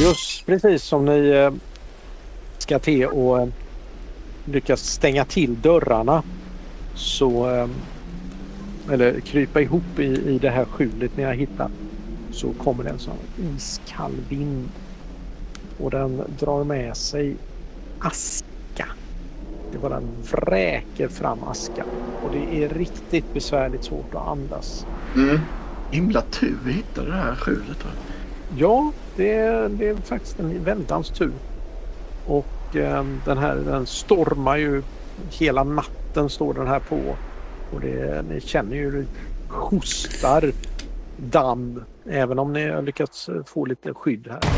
just precis som ni ska till och lyckas stänga till dörrarna så eller krypa ihop i det här skjulet ni har hittat, så kommer det en sån iskall vind och den drar med sig aska. Det bara vräker fram aska och det är riktigt besvärligt svårt att andas. Himla tur vi hittade det här skjulet. Ja, det är faktiskt en väldans tur. Och den stormar ju hela natten, står den här på. Och ni känner ju hur det hostar damm, även om ni har lyckats få lite skydd här.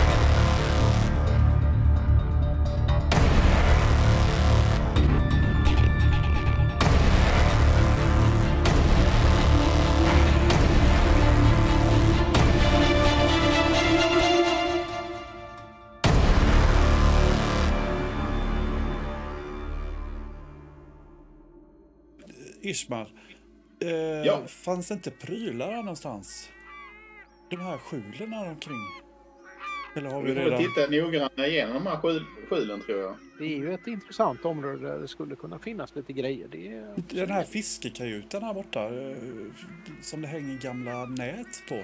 Ishmael, fanns det inte prylar här någonstans? De här skjulen här omkring? Eller har vi redan... titta noggrannare igenom de här skjulen, tror jag. Det är ju ett intressant område där det skulle kunna finnas lite grejer. Den här fiskekajuten här borta, som det hänger gamla nät på.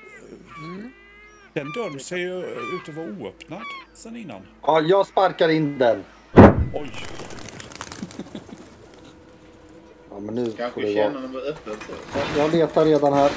Den dörren ser ju ut att vara oöppnad sen innan. Ja, jag sparkar in den. Oj. Ja, men nu kanske får det känna vara. den var öppen. Jag letar redan här.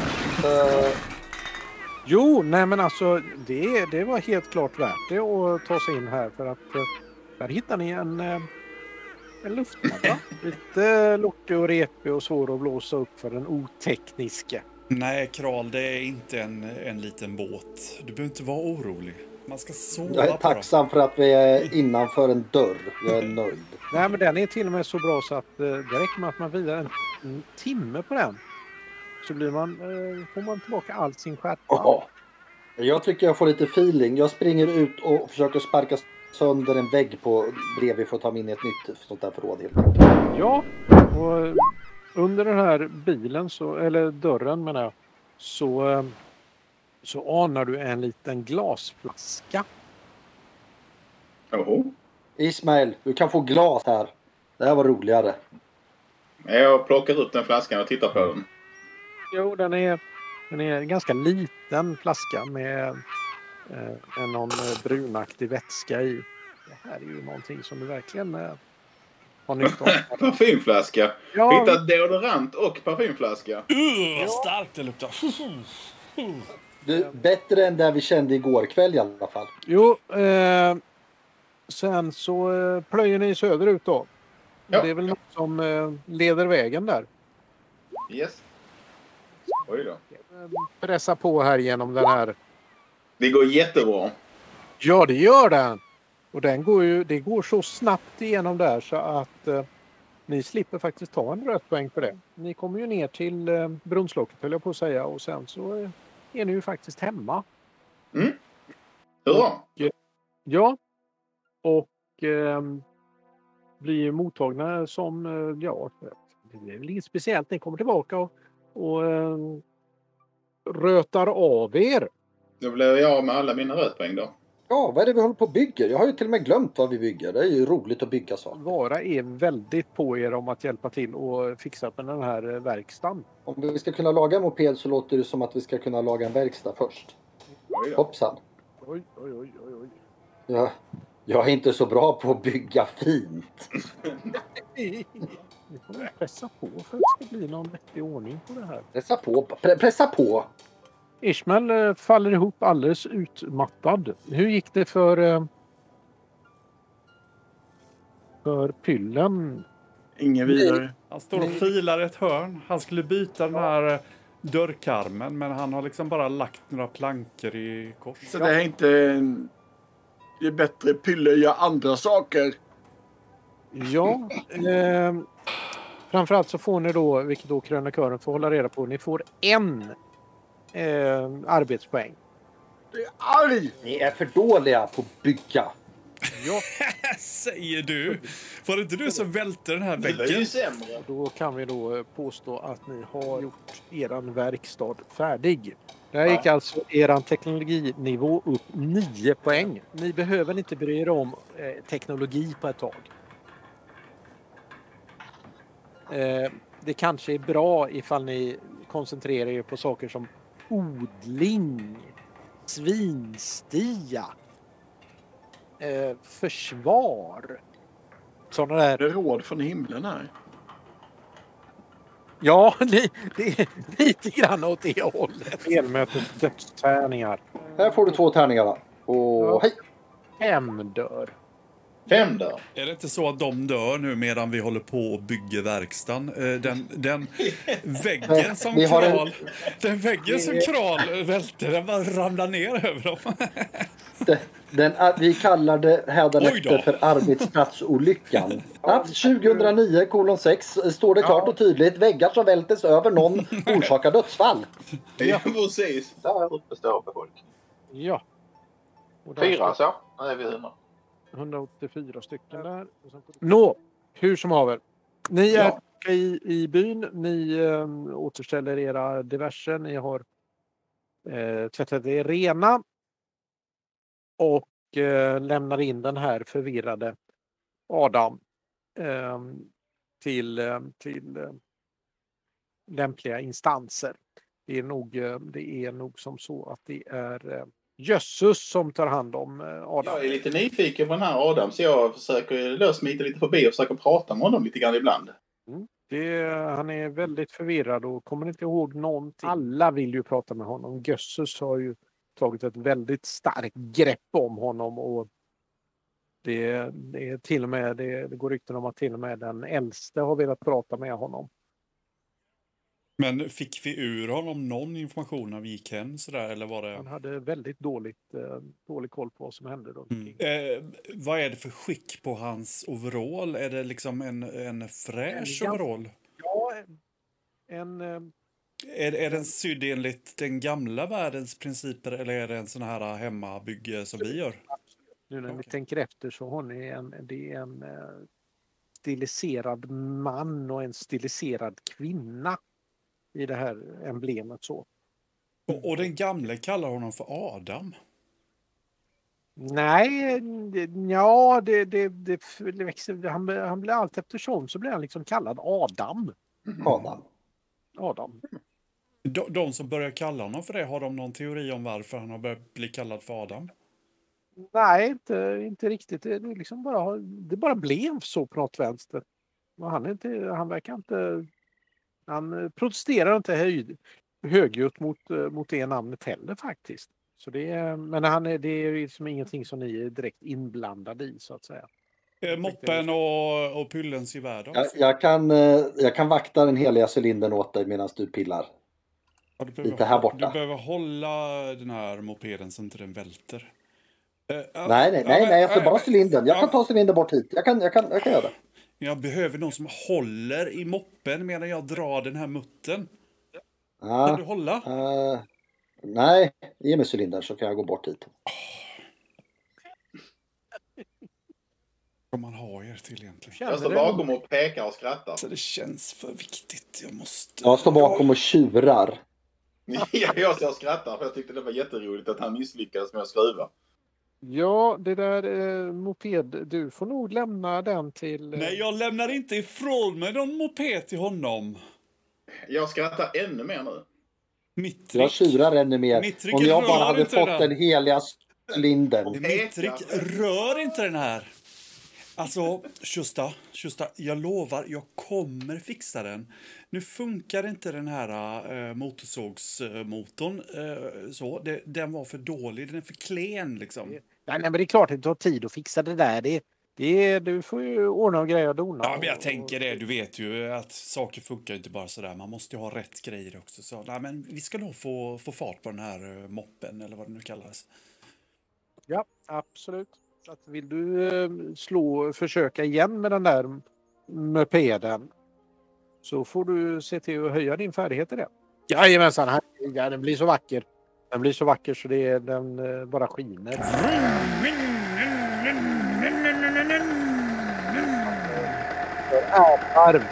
Jo, nej men alltså det var helt klart värt det att ta sig in här, för att där hittar ni en luftmatta. Lite lortig och repig och svår att blåsa upp för den otekniska. Nej, Kral, det är inte en liten båt. Du behöver inte vara orolig. Man ska sova. Jag är tacksam för att vi är innanför en dörr. Jag är nöjd. Nej, men den är till och med så bra så att det räcker med att man vilar en timme på den. Så får man tillbaka all sin skärpa. Jag tycker jag får lite feeling. Jag springer ut och försöker sparka sönder en vägg på bredvid för att ta mig in i ett nytt sånt där förråd helt enkelt. Ja, och under den här bilen, eller dörren menar jag, så anar du en liten glasflaska. Ismael, du kan få glas här. Det här var roligare. Jag plockar upp den flaskan och tittar på den. Jo, den är en ganska liten flaska med någon brunaktig vätska i. Det här är ju någonting som du verkligen har nytta av. Parfymflaska. Ja. Hittat deodorant och parfymflaska. Starkt det luktar. Bättre än det vi kände igår kväll i alla fall. Jo, sen så plöjer ni söderut då. Ja. Det är väl något som leder vägen där. Yes. Oj då. Pressa på här genom den här. Det går jättebra. Ja, det gör den. Och det går så snabbt igenom där så att ni slipper faktiskt ta en röd poäng för det. Ni kommer ju ner till brunnslocket, höll jag på att säga, och sen så är ni ju faktiskt hemma. Hurra! Ja. Och blir mottagna som, det är väl inget speciellt. Ni kommer tillbaka och rötar av er. Då blev jag av med alla mina rötpoäng då. Ja, vad är det vi håller på och bygger? Jag har ju till och med glömt vad vi bygger. Det är ju roligt att bygga saker. Vara är väldigt på er om att hjälpa till och fixa med den här verkstaden. Om vi ska kunna laga en moped så låter det som att vi ska kunna laga en verkstad först. Hoppsan. Oj. Ja, jag är inte så bra på att bygga fint. Ni får pressa på för att det ska bli någon vettig ordning på det här. Pressa på. Ishmael faller ihop alldeles utmattad. Hur gick det för Pyllen? Ingen vidare. Han står och filar ett hörn. Han skulle byta den här dörrkarmen, men han har liksom bara lagt några plankor i kors. Så det är inte... Det är bättre Pylle gör andra saker. Ja, framförallt så får ni då, vilket då krönikören får hålla reda på, ni får en arbetspoäng. Det är arg! Ni är för dåliga på att bygga. Ja. Säger du? Var det inte du som välte den här Det är väggen? ju sämre. Då kan vi då påstå att ni har gjort eran verkstad färdig. Där gick alltså eran teknologinivå upp 9 poäng. Ni behöver inte bry er om teknologi på ett tag. Det kanske är bra ifall ni koncentrerar er på saker som odling, svinstia, försvar. Sådana där. Det är råd från himlen här. Ja, det är lite grann åt det hållet. Elmötets dödstärningar. Här får du 2 tärningar va? Och hej! 5 dör. 5 dör. Är det inte så att de dör nu medan vi håller på och bygger verkstaden? Den väggen som kral... Den väggen som kral välte, den bara ramlar ner över dem. Vi kallar det hädanefter för arbetsplatsolyckan. 2009:6 står det klart och tydligt. Väggar som vältes över någon orsakar dödsfall. Ja, precis. Där uppe står befolkningen. Ja. 4 så. Nu är vi 100. 184 stycken där. Hur som haver. Ni är i byn. Ni återställer era diverse. Ni har tvättat er rena. Och lämnar in den här förvirrade Adam till lämpliga instanser. Det är nog som så att det är Jössus som tar hand om Adam. Jag är lite nyfiken på den här Adam, så jag försöker smita lite förbi och försöka prata med honom lite grann ibland. Han är väldigt förvirrad och kommer inte ihåg någonting. Alla vill ju prata med honom. Jössus har ju tagit ett väldigt starkt grepp om honom och det är till och med det går rykten om att till och med den äldste har velat prata med honom. Men fick vi ur honom någon information när vi gick hem sådär, eller var det... Han hade väldigt dålig koll på vad som hände då. Vad är det för skick på hans overall? Är det liksom en fräsch overall? Ja, Är den sydd enligt den gamla världens principer eller är det en sån här hemmabygge som vi gör? Nu när vi tänker efter så har ni det är en stiliserad man och en stiliserad kvinna i det här emblemet så. Och den gamla kallar honom för Adam? Nej, ja det växer. Han blir allt eftersom så blir han liksom kallad Adam. Adam. De som börjar kalla honom för det, har de någon teori om varför han har börjat bli kallad för Adam? Nej, inte riktigt. Det bara blev så på något vänster. Han protesterar inte högljutt mot det namnet heller faktiskt. Så det är liksom ingenting som ni är direkt inblandade i så att säga. Moppen och pyllens i världen. Jag kan vakta den heliga cylindern åt dig medan du pillar. Lite här borta. Du behöver hålla den här mopeden så inte den välter. Nej, jag får bara cylindern. Jag kan ta cylindern bort hit. Jag kan göra det. Jag behöver någon som håller i moppen medan jag drar den här mutten. Kan du hålla? Nej, ge mig cylindern så kan jag gå bort hit. Vad man har er till egentligen. Jag står bakom och pekar och skrattar. Så det känns för viktigt. Jag står bakom och tjurar. Jag står och skrattar för jag tyckte det var jätteroligt att han misslyckades med att skruva. Ja, det där moped, du får nog lämna den till... Nej, jag lämnar inte ifrån mig någon moped till honom. Jag skrattar ännu mer nu. Jag tjurar ännu mer. Mittrik, om jag bara hade fått den heliga cylindern. Mittrik, rör inte den här. Alltså, Tjusta, jag lovar, jag kommer fixa den. Nu funkar inte den här motorsågsmotorn så. Den var för dålig, den är för klen liksom. Nej, men det är klart att det tar tid att fixa det där. Du får ju ordna och grejer och dona. Ja, men jag tänker det. Du vet ju att saker funkar inte bara sådär. Man måste ju ha rätt grejer också. Så, nej, men vi ska nog få fart på den här moppen eller vad det nu kallas. Ja, absolut. Så att vill du försöka igen med den där mopeden så får du se till att höja din färdighet i det. Jajamensan, den blir så vacker. Den blir så vacker så den bara skiner.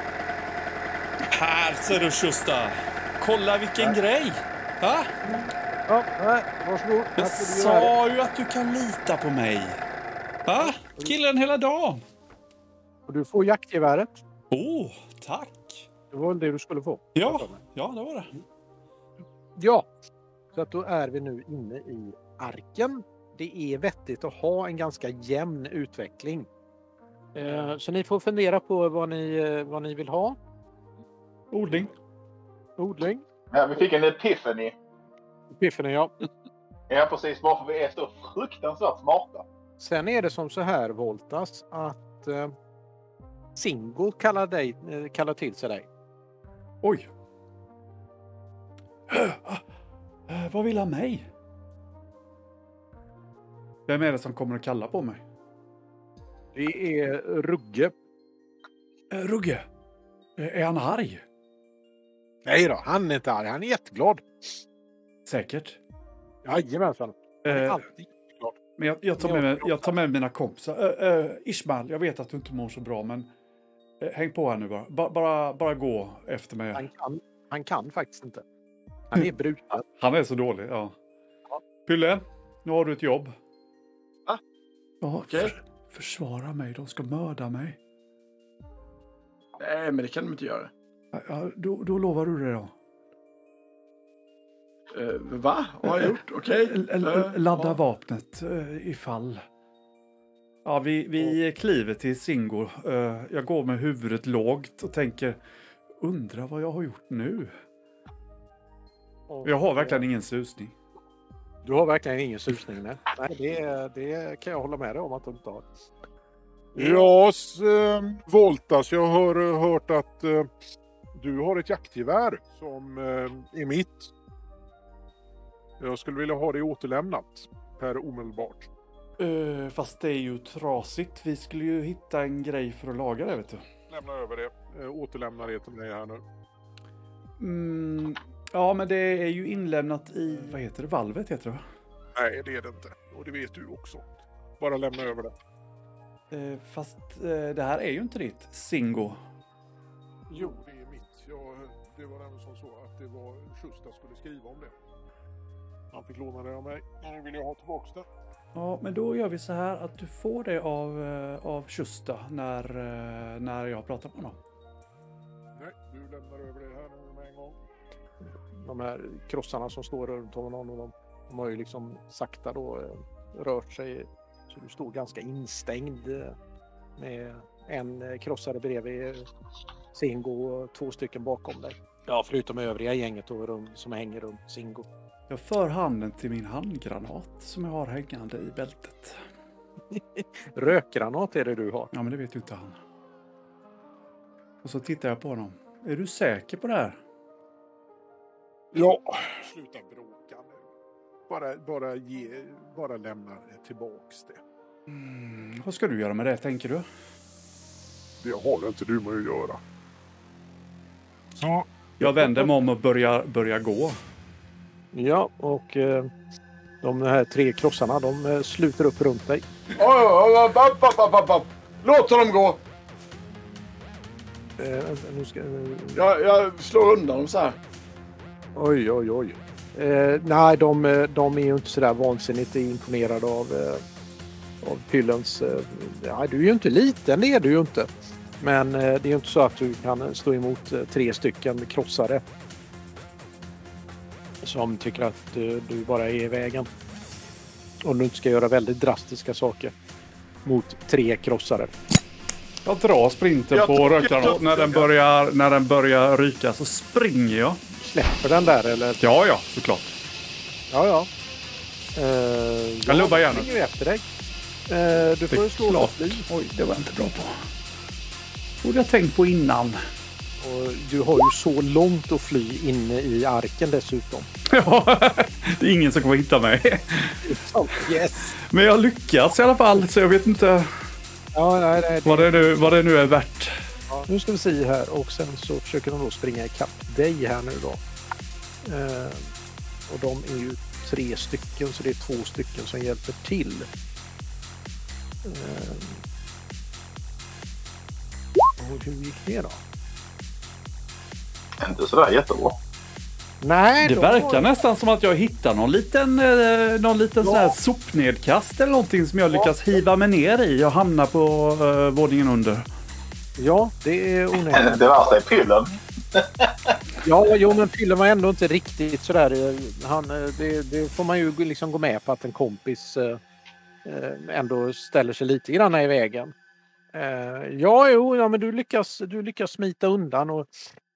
Här ser du, Tjusta. Kolla vilken grej. Ha? Ja, nej, varsågod. Jag sa ju att du kan lita på mig. Va? Killen hela dagen. Och du får jaktgeväret. Tack. Det var väl det du skulle få. Ja, det var det. Ja, så att då är vi nu inne i arken. Det är vettigt att ha en ganska jämn utveckling. Så ni får fundera på vad ni vill ha. Odling. Ja, vi fick en epiphany. Epiphany, ja. Ja, precis. Varför vi är så fruktansvärt smarta. Sen är det som så här, Voltas, att Singo kallar till sig dig. Oj. Vad vill han mig? Vem är det som kommer att kalla på mig? Det är Rugge. Rugge. Är han arg? Nej då, han är inte arg. Han är jätteglad. Säkert. Jajamensan. Han är alltid jätteglad. Men jag tar med mina kompisar. Ismail, jag vet att du inte mår så bra, men häng på här nu bara. Bara gå efter mig. Han kan faktiskt inte. Han är bruten. Han är så dålig, ja. Pylle, nu har du ett jobb. Va? Ja, Okej. Försvara mig, de ska mörda mig. Nej, men det kan de inte göra. Ja, då lovar du det då. Va? Vad har jag gjort? Okej. Ladda vapnet ifall. Ja, vi kliver till Singo. Jag går med huvudet lågt och tänker, undra vad jag har gjort nu. Jag har verkligen ingen susning. Du har verkligen ingen susning, nej. Det kan jag hålla med dig om att du inte har. Ja, Voltas, jag har hört att du har ett jaktgevär som är mitt. Jag skulle vilja ha det återlämnat per omedelbart. Fast det är ju trasigt. Vi skulle ju hitta en grej för att laga det, vet du. Lämna över det. Återlämna det till mig här nu. Ja, men det är ju inlämnat i, vad heter det? Valvet heter det, va? Nej, det är det inte. Och det vet du också. Bara lämna över det. Fast det här är ju inte ditt, Singo. Jo, det är mitt. Det var nämligen som så att det var Schusta skulle skriva om det. Han fick låna det av mig. Nu vill jag ha tillbaka det. Ja, men då gör vi så här att du får det av Schusta när jag pratar med honom. Nej, du lämnar över det här nu med en gång. De här krossarna som står runt om honom, och de har ju liksom sakta då rört sig. Så du står ganska instängd med en krossare bredvid Singo och 2 stycken bakom dig. Ja, förutom övriga gänget och som hänger runt Singo. Jag för handen till min handgranat som jag har hängande i bältet. Rökgranat är det du har. Ja, men det vet ju inte han. Och så tittar jag på honom. Är du säker på det här? Ja, sluta bråka nu. Bara lämna tillbaks det. Vad ska du göra med det, tänker du? Det har inte du med att göra. Så. Jag vänder mig om och börjar gå. Ja, och de här 3 krossarna, de sluter upp runt dig. Låt dem gå! Nu ska, Jag slår undan dem så här. Oj. Nej, de är ju inte sådär vansinnigt imponerade av Pyllens... Ja, du är ju inte liten, det är du ju inte. Men det är ju inte så att du kan stå emot 3 stycken krossare som tycker att du bara är i vägen. Om du inte ska göra väldigt drastiska saker mot 3 krossare. Jag drar sprinten på rökgranat. När den börjar ryka så springer jag. Släpper den där eller? Ja, såklart. Ja. Jag lubbar gärna. Jag efter dig. Du får slå för fly. Oj, det var inte bra på. Borde jag tänkt på innan. Och du har ju så långt att fly inne i arken dessutom. Ja, det är ingen som kommer hitta mig. Yes. Men jag lyckas i alla fall, så jag vet inte nej, vad det nu är värt. Ja, nu ska vi se här, och sen så försöker de då springa ikapp dig här nu då. Och de är ju 3 stycken, så det är 2 stycken som hjälper till. Och hur gick det då? Inte sådär jättebra. Nej, Det verkar nästan som att jag hittar någon liten sån här sopnedkast eller någonting som jag lyckas hiva mig ner i och hamna på våningen under. Ja, det är onödigt. Det värsta är Pyllen. Ja, men Pyllen var ändå inte riktigt sådär. Det får man ju liksom gå med på att en kompis ändå ställer sig lite grann i vägen. Men du lyckas smita undan och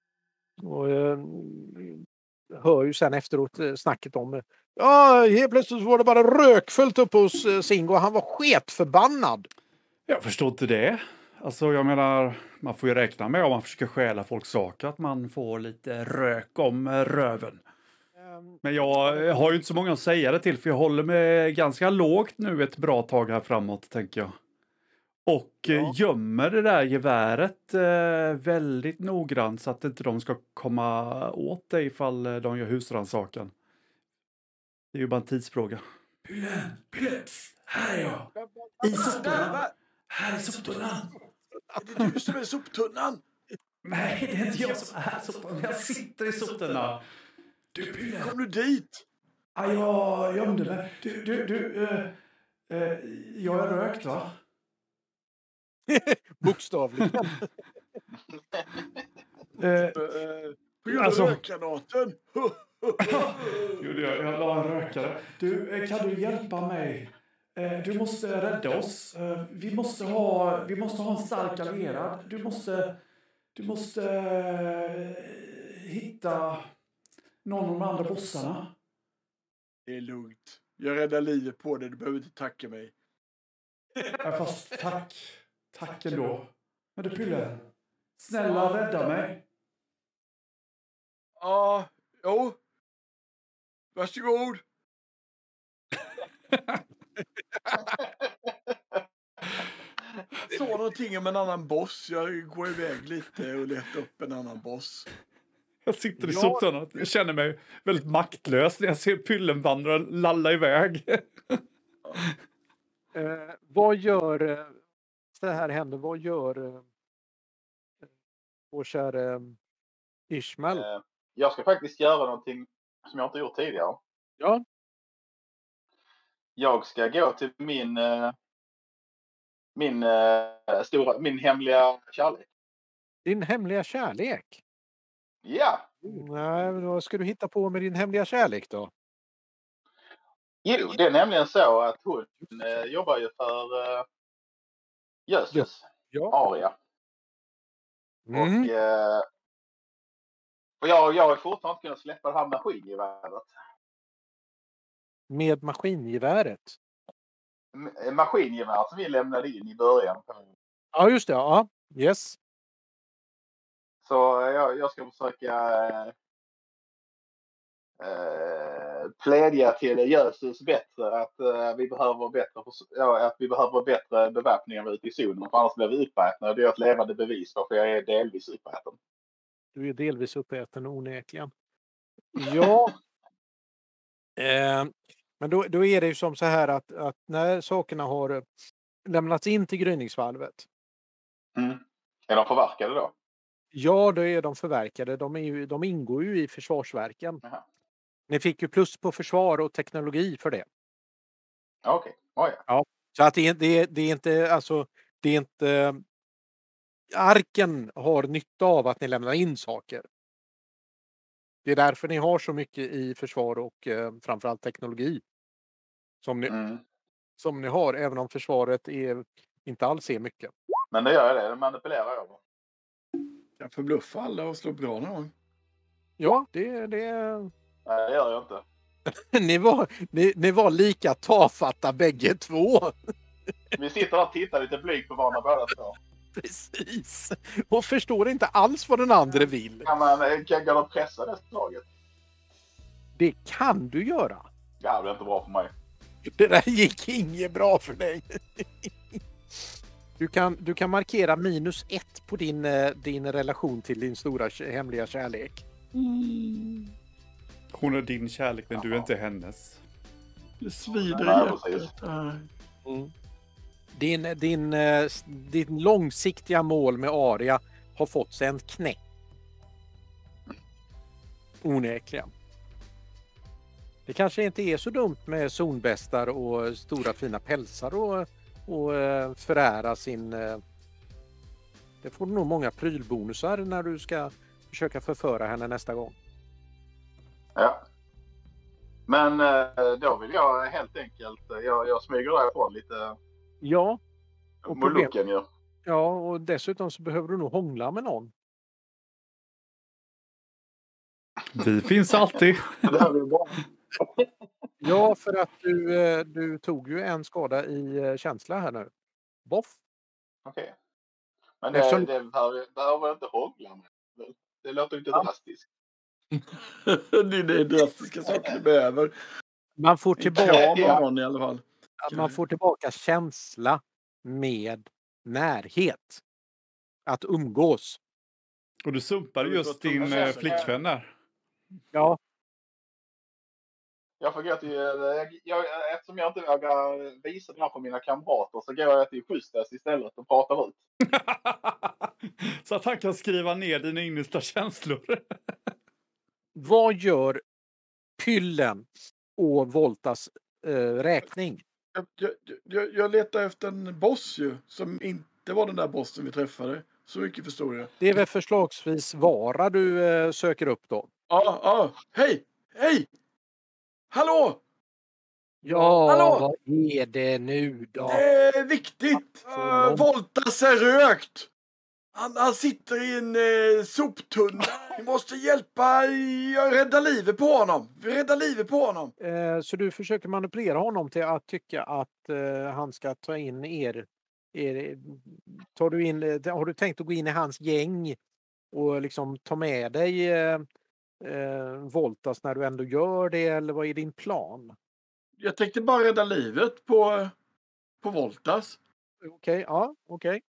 hör ju sen efteråt snacket om helt plötsligt var det bara rökfullt uppe hos Singo och han var sketförbannad. Jag förstår inte det. Alltså jag menar, man får ju räkna med om man försöker stjäla folks saker att man får lite rök om röven. Men jag har ju inte så många att säga det till för jag håller mig ganska lågt nu ett bra tag här framåt tänker jag. Och gömmer det där geväret väldigt noggrant så att inte de ska komma åt dig ifall de gör husrannsakan. Det är ju bara en tidsfråga. Pyllen, här är jag. I soptunnan. Här är soptunnan. Är det du som är soptunnan? Nej, det är inte jag som är soptunnan. Jag sitter i soptunnan. Du Pyllen. Kom du dit? Ja, jag gömde mig. Jag är rökt va? Bokstavligt. Alltså... Rökgranaten. Gjorde jag la en rökare. Du, kan du hjälpa mig? Du måste rädda oss. Vi måste ha en stark allierad. Du måste hitta någon av de andra bossarna. Det är lugnt. Jag räddar livet på dig. Du behöver inte tacka mig. Fast tack ändå. Men du Pyllen, snälla rädda mig. Ja, jo. Varsågod. Jag såg någonting om en annan boss. Jag går iväg lite och letar upp en annan boss. Jag sitter i soptunnan. Jag känner mig väldigt maktlös när jag ser Pyllen vandra och lalla iväg. Vad gör så här händer? Vad gör vår kära Ishmael? Jag ska faktiskt göra någonting som jag inte gjort tidigare. Ja. Jag ska gå till min hemliga kärlek. Din hemliga kärlek? Ja. Nej, vad ska du hitta på med din hemliga kärlek då? Jo, det är nämligen så att hon jobbar ju för Jösses, Aria. Mm. Och jag har fortfarande inte kunnat släppa det här maskingeväret. Med maskingeväret? Maskingeväret som vi lämnade in i början. Ja, just det. Ja, yes. Så jag ska försöka plädja till Jösses bättre att vi behöver bättre beväpningar ute i zonen. För annars blir vi uppätna. Det är ett levande bevis för jag är delvis uppäten. Du är delvis uppäten onekligen. Ja. Men då är det ju som så här att när sakerna har lämnats in till gryningsvalvet. Är de förverkade då? Ja, då är de förverkade. De ingår ju i försvarsverken. Jaha. Ni fick ju plus på försvar och teknologi för det. Okej. Ja, så att det är inte, alltså, det är inte arken har nytta av att ni lämnar in saker. Det är därför ni har så mycket i försvar och framförallt teknologi som ni har, även om försvaret inte alls är mycket. Men det gör jag det manipulerar jag. Jag förbluffa alla och slå bra någon gång. Ja, det Nej, det gör jag inte. ni var lika tafatta bägge två. Vi sitter och tittar lite blygt på varandra båda två. Precis. Och förstår inte alls vad den andra vill. Kan de pressa det slaget? Det kan du göra. Ja, det är inte bra för mig. Det där gick inget bra för dig. Du kan markera -1 på din relation till din stora hemliga kärlek. Hon är din kärlek men du är inte hennes. Det svider i hjärtat. Din långsiktiga mål med Aria har fått sig en knäck. Onekligen. Det kanske inte är så dumt med zonbästar och stora fina pälsar och förära sin... Det får nog många prylbonusar när du ska försöka förföra henne nästa gång. Ja. Men då vill jag helt enkelt... Jag smyger därifrån lite... Ja. Och Molukken ju. Ja, och dessutom så behöver du nog hångla med någon. Vi finns alltid. Det här blir bra. Ja, för att du tog ju en skada i känsla här nu. Boff. Okej. Men Eftersom- det behöver jag inte hångla med. Det låter inte drastiskt. Det är drastiska saker du behöver. Man får En tillbaka, kram av någon i alla fall. man får tillbaka känsla med närhet. Att umgås. Och du sumpade just din flickvän där. Ja, Jag får gå till... eftersom jag inte vågar visa det här för mina kamrater så går jag till Schystas istället och pratar ut. Så att han kan skriva ner dina innersta känslor. vad gör Pyllen och Voltas räkning? Jag letar efter en boss ju. Som inte var den där bossen vi träffade. Så mycket förstår jag. Det är väl förslagsvis Vara du söker upp då? Ja. Hej! Hallå! Ja, Hallå? vad är det nu då? Det är viktigt! Voltas är rökt! Han sitter i en soptunna. Vi måste hjälpa, rädda livet på honom. Vi räddar livet på honom. Så du försöker manipulera honom till att tycka att han ska ta in er har du tänkt att gå in i hans gäng och liksom ta med dig Voltas när du ändå gör det, eller vad är din plan? Jag tänkte bara rädda livet på Voltas. Okej.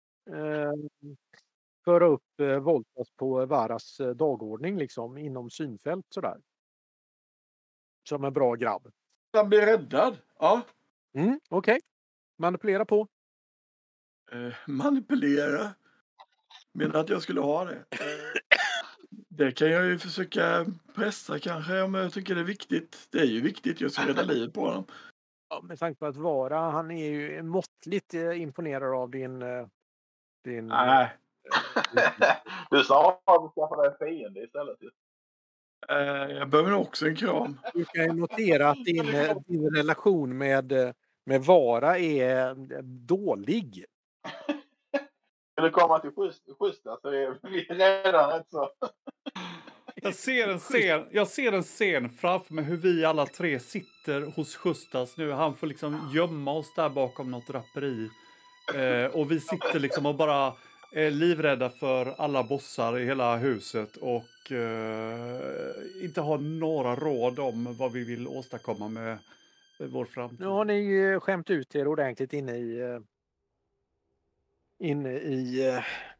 Föra upp Voltas på Varas dagordning liksom inom synfält sådär. Som en bra grabb. Han blir räddad. Ja. Okej. Manipulera på. Manipulera. Menar att jag skulle ha det. Det kan jag ju försöka pressa kanske om jag tycker det är viktigt. Det är ju viktigt. Jag ska rädda livet på honom. Ja, med tanke på att Vara, han är ju måttligt imponerad av din... Nej. Du sa att du skaffade en fiende istället. Jag behöver nog också en kram. Du kan ju notera att din relation med Vara är dålig. Ska du komma till Schyssta så är vi redan rätt så. Jag ser en scen framför mig hur vi alla tre sitter hos Schystas nu. Han får liksom gömma oss där bakom något draperi. Och vi sitter liksom och bara är livrädda för alla bossar i hela huset och inte har några råd om vad vi vill åstadkomma med vår framtid. Nu har ni skämt ut er ordentligt inne i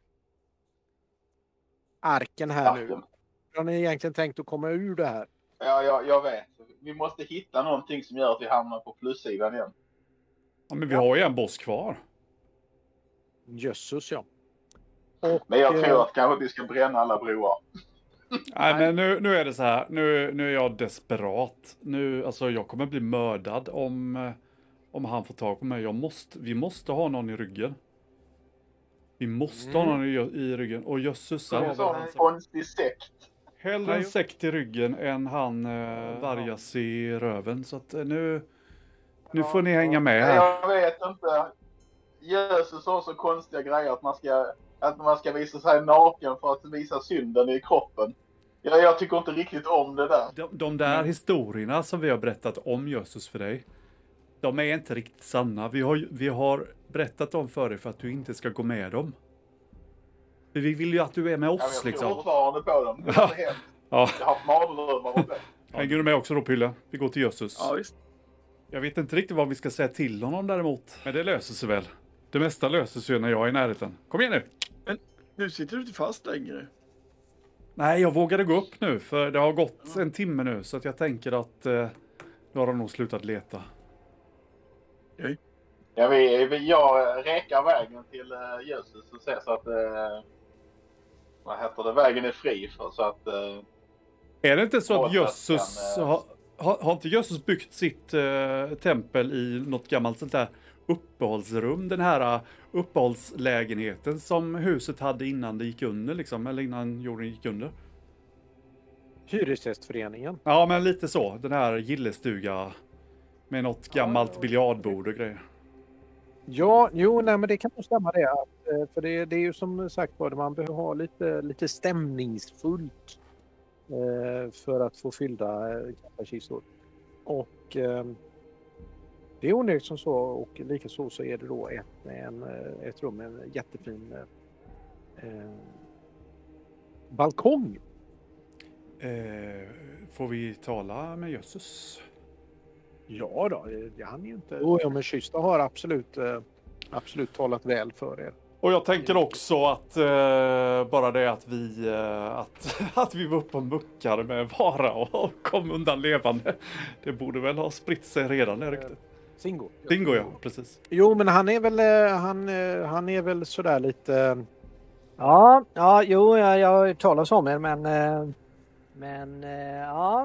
arken här nu. Har ni egentligen tänkt att komma ur det här? Ja, jag vet. Vi måste hitta någonting som gör att vi hamnar på plussidan igen. Ja, men vi har ju en boss kvar. Jösses, ja. Men jag tror att kanske vi ska bränna alla broar. Nej, men nu är det så här. Nu är jag desperat. Alltså jag kommer bli mördad om han får tag på mig. Vi måste ha någon i ryggen. Vi måste ha någon i ryggen. Och jösses. Det är så en konstig sekt. Hellre en sekt i ryggen än han vargas i röven. Så att nu får ni hänga med här. Jag vet inte. Jesus har så konstiga grejer att man ska visa sig naken för att visa synden i kroppen. Jag tycker inte riktigt om det där. De där historierna som vi har berättat om Jesus för dig, de är inte riktigt sanna. Vi har berättat dem för dig för att du inte ska gå med dem. För vi vill ju att du är med oss jag liksom. Jag tror fortfarande på dem. Det är inte helt. Ja. Jag har haft mardrömmar om det. Hänger du med också då, Pylle? Vi går till Jesus. Ja, visst. Jag vet inte riktigt vad vi ska säga till honom däremot. Men det löser sig väl. Det mesta löser sig när jag är i närheten. Kom igen nu! Men nu sitter du inte fast längre. Nej, jag vågade gå upp nu. För det har gått en timme nu. Så att jag tänker att nu har de nog slutat leta. Okej. Ja, jag räkar vägen till Jesus och ser så att vägen är fri för så att Är det inte så att Trots att Jösses den, har inte Jösses byggt sitt tempel i något gammalt sånt där uppehållsrum? Den här uppehållslägenheten som huset hade innan det gick under liksom, eller innan jorden gick under. Hyresgästföreningen. Ja, men lite så. Den här gillestuga med något gammalt biljardbord och grejer. Ja, nej, men det kan nog stämma det. För det är ju som sagt var, man behöver ha lite stämningsfullt för att få fyllda kaffekistor. Och det är onödigt som så, och likaså så är det då ett rum med en jättefin balkong. Får vi tala med Jösses? Ja då, han är ju inte... Jo, men Schyssta har absolut talat väl för er. Och jag tänker också att bara det att vi var uppe och muckade med vara och kom undan levande. Det borde väl ha spritt sig redan det riktigt. Singo, ja, precis. Jo, men han är väl sådär lite... Ja, jag har hört talas om er, men ja...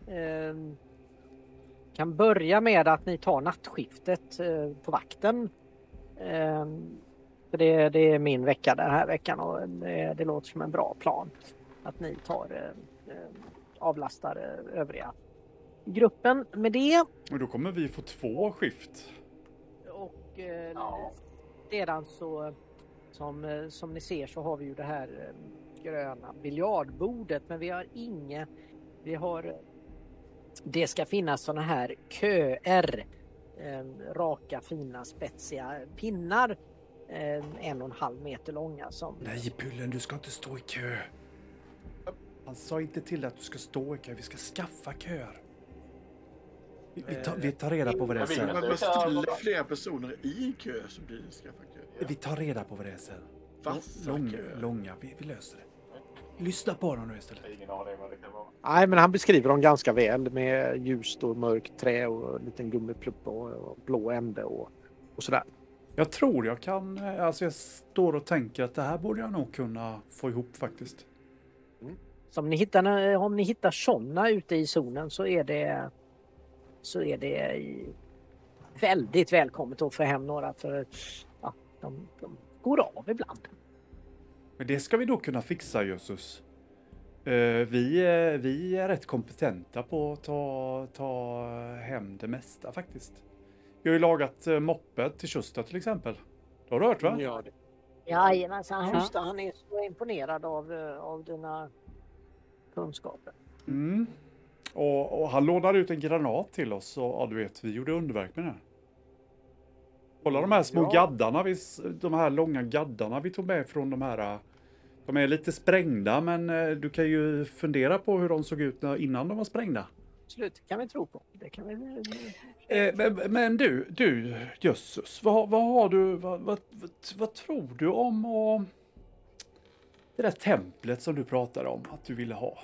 kan börja med att ni tar nattskiftet på vakten. För det är min vecka den här veckan, och det låter som en bra plan. Att ni avlastar övriga gruppen med det. Och då kommer vi få 2 skift. Och sedan så som ni ser så har vi ju det här gröna biljardbordet, men det ska finnas såna här köer, raka fina spetsiga pinnar, 1,5 meter långa som... Nej, Pullen, du ska inte stå i kö. Han sa inte till att du ska stå i kö, vi ska skaffa köer. Vi tar reda på vad det är sen. Man ställer flera personer i en kö så blir det skaffa kö. Vi tar reda på vad det är sen. Vassa Långa, vi löser det. Lyssna på dem nu istället. Ingen aning vad det kan vara. Nej, men han beskriver dem ganska väl med ljust och mörkt trä och en liten gummipluppa och blå ände och sådär. Jag tror jag jag står och tänker att det här borde jag nog kunna få ihop faktiskt. Så om ni hittar sådana ute i zonen så är det väldigt välkommet att få hem några, för de går av ibland. Men det ska vi då kunna fixa, Jösses. Vi är rätt kompetenta på att ta hem det mesta faktiskt. Vi har ju lagat mopped till Schyssta till exempel. Det har du hört, va? Ja, Jajamensan, Schyssta, han är så imponerad av dina kunskaper. Mm. Och han lånade ut en granat till oss och du vet, vi gjorde underverk med det. Kolla de här små gaddarna, de här långa gaddarna vi tog med från de här. De är lite sprängda, men du kan ju fundera på hur de såg ut innan de var sprängda. Absolut, kan vi tro på. Det kan vi... Men du Jösses, vad har du, vad tror du om det där templet som du pratade om att du ville ha?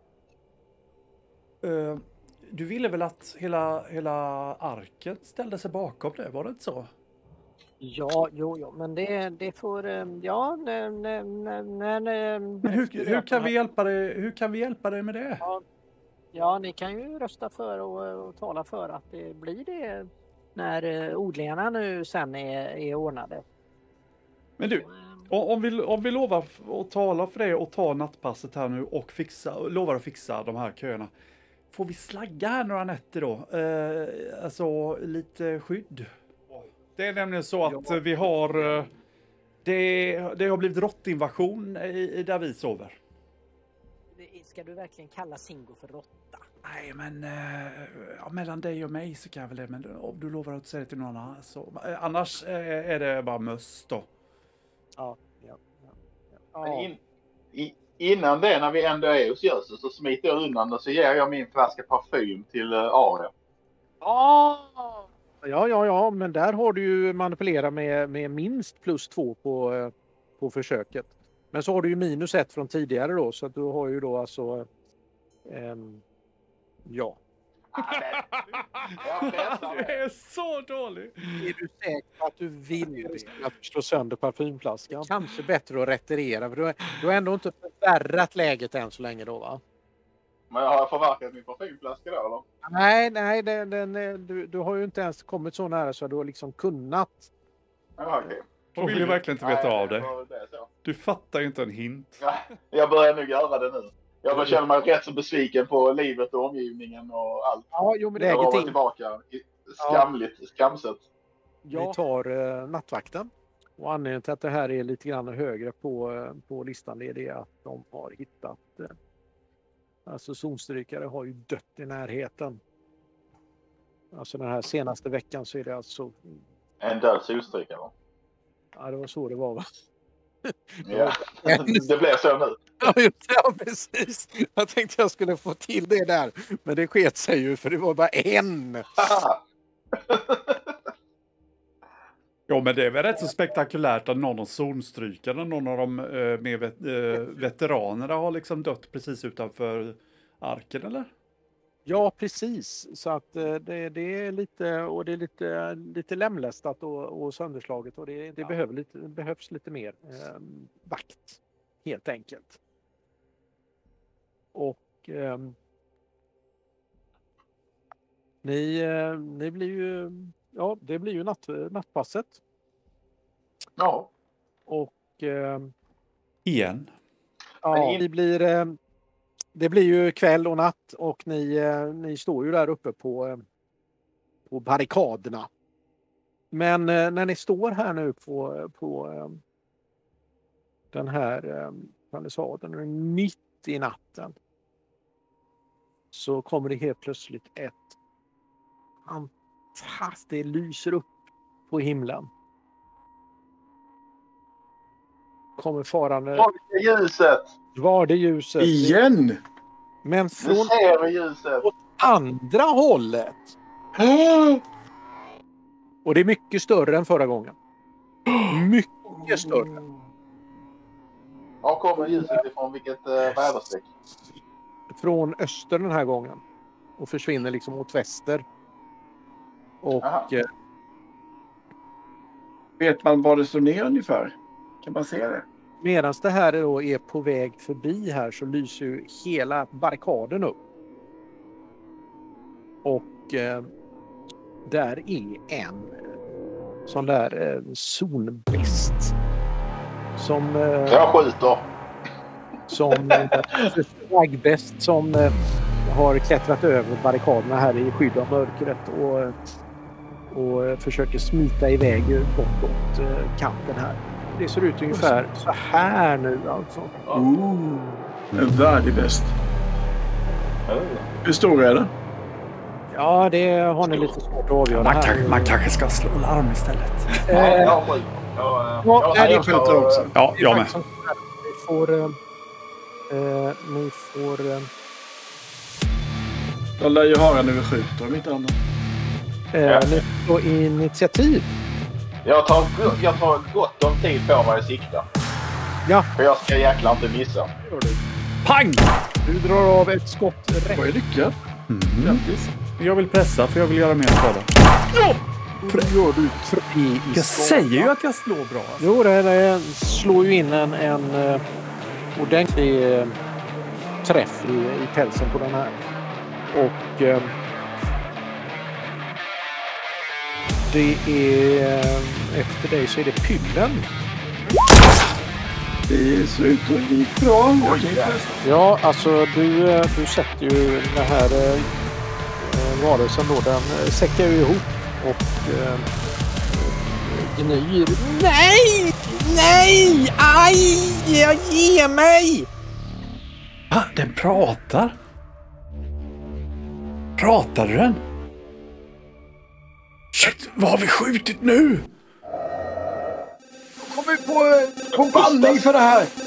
Du ville väl att hela arken ställde sig bakom det, var det inte så? Ja, men det får... Men hur kan vi hjälpa dig? Hur kan vi hjälpa dig med det? Ja, ni kan ju rösta för och tala för att det blir det när odlingarna nu sen är ordnade. Men du, om vi lovar att tala för det och ta nattpasset här nu och lovar att fixa de här köerna. Får vi slagga här några nätter då? Alltså lite skydd. Det är nämligen så att vi har... Det har blivit råttinvasion där vi sover. Ska du verkligen kalla Singo för råtta? Nej, men mellan dig och mig så kan jag väl det. Men om du lovar att säga det till någon annan så... Annars är det bara möss då. Ja. Men innan det, när vi ändå är hos Jösses, så smiter jag undan och så ger jag min flaska parfym till Aria. Ja, men där har du ju manipulerat med minst +2 på försöket. Men så har du ju -1 från tidigare då, så att du har ju då alltså ja. Det är så dåligt. Är du säker på att du vill att slå sönder parfymflaskan? Kanske bättre att retirera, för du har ändå inte förvärrat läget än så länge då, va? Men har jag förverkat min parfymflaska då eller? Nej, du har ju inte ens kommit så nära så du har liksom kunnat. Ja, okej. Jag vill ju verkligen inte veta av dig. Det är så. Du fattar ju inte en hint. Ja, jag börjar nog göra det nu. Jag känner mig rätt så besviken på livet och omgivningen och allt. Ja, jo, men det jag är var ingenting. tillbaka skamset. Vi tar nattvakten. Och anledningen till att det här är lite grann högre på listan det är det att de har hittat alltså zonstrykare har ju dött i närheten. Alltså den här senaste veckan så är det alltså En död solstrykare. Ja, det var så det var va? Ja, det blev så nu. Ja, precis. Jag tänkte jag skulle få till det där. Men det sket sig ju för det var bara en. Ja, men det är väl rätt så spektakulärt att någon av zonstrykarna, någon av de mer veteranerna har liksom dött precis utanför arken, eller? Ja, precis. Så att det är lite och det är lite lemlästat och sönderslaget och det behövs lite mer vakt helt enkelt. Och ni blir ju det blir ju nattpasset. Ja. Och igen. Ja, det blir ju kväll och natt och ni står ju där uppe på barrikaderna. Men när ni står här nu på den här palisaden mitt i natten så kommer det helt plötsligt ett fantastiskt lyser upp på himlen. Kommer farande. Var det ljuset? Igen! Men från ser ljuset. Åt andra hållet. Och det är mycket större än förra gången. Mycket större. Var kommer ljuset ifrån? Vilket väderstreck? Från öster den här gången. Och försvinner liksom mot väster. Och vet man var det står ner ungefär? Kan man se det? Medan det här då är på väg förbi här så lyser ju hela barrikaden upp. Och där är en sån där zonbest som jag skjuter. Som flagbäst som har klättrat över barrikaderna här i skydd av mörkret och försöker smita iväg bortåt kanten här. Det ser ut ungefär så här nu alltså. En värdig bäst. Hur stor är det? Ja, det har ni lite svårt att avgöra. Man kanske ska slå larm istället. Jag skjuter också. Ja, jag med. Ni får... Jag lär ju höra när vi skjuter om inte annat. Ni får initiativ. Jag tar gott om tid på mig att sikta. Ja. För jag ska jäkla inte missa. Pang! Du drar av ett skott rätt. Vad är lyckat? Grattis. Jag vill pressa för jag vill göra mer skada. Gör du Jag säger ju att jag slår bra. Alltså. Jo, det slår ju in en ordentlig träff i pälsen på den här. Och det är efter dig så är det Pyllen. Det ser ut att gick bra. Ja, alltså du sätter ju den här varelsen då, den säckar ju ihop och gnyr. Nej! Nej! Aj! Ge mig! Va? Den pratar? Pratar den? Shit, vad har vi skjutit nu? Kommer vi på bandning för det här?